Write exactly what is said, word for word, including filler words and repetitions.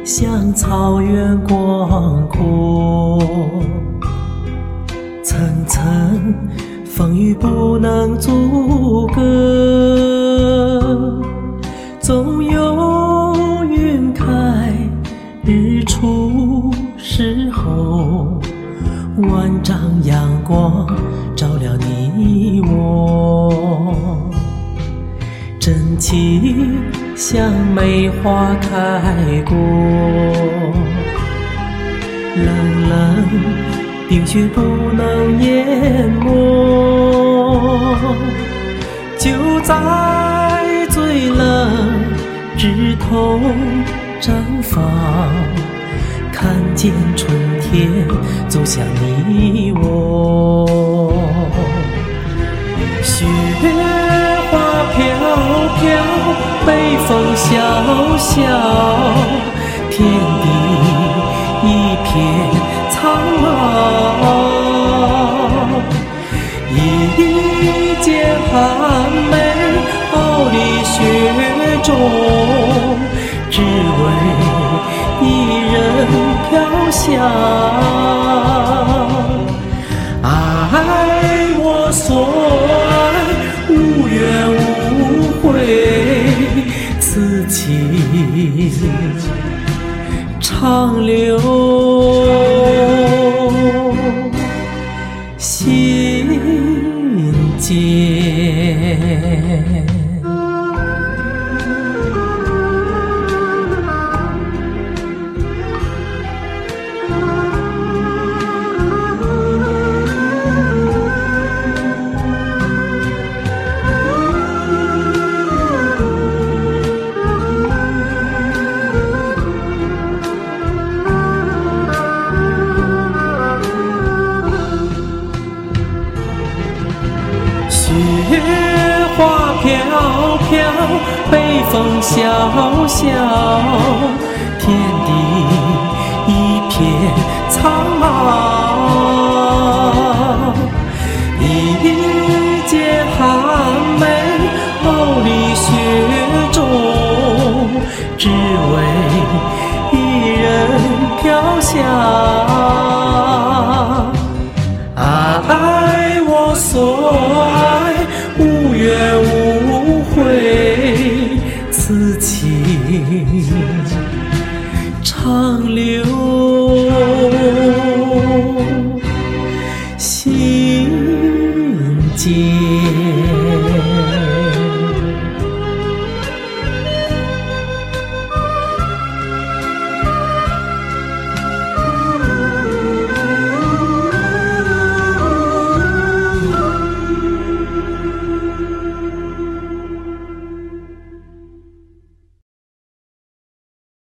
像草原广阔，层层风雨不能阻隔，总有云开日出时候，万丈阳光照亮你我，真情像梅花开过，冷冷冰雪不能淹没，就在最冷枝头绽放，看见春天走向你我。雪花飘飘，北风萧萧，天地一片苍茫，一剪寒梅傲立雪中，只为一人飘香。爱我所爱，无怨无悔，此情长留心间。雪花飘飘，北风萧萧，天地一片苍茫，一剪寒梅傲立雪中，只为一人飘香。爱我所爱，无怨无悔，此情长留心间。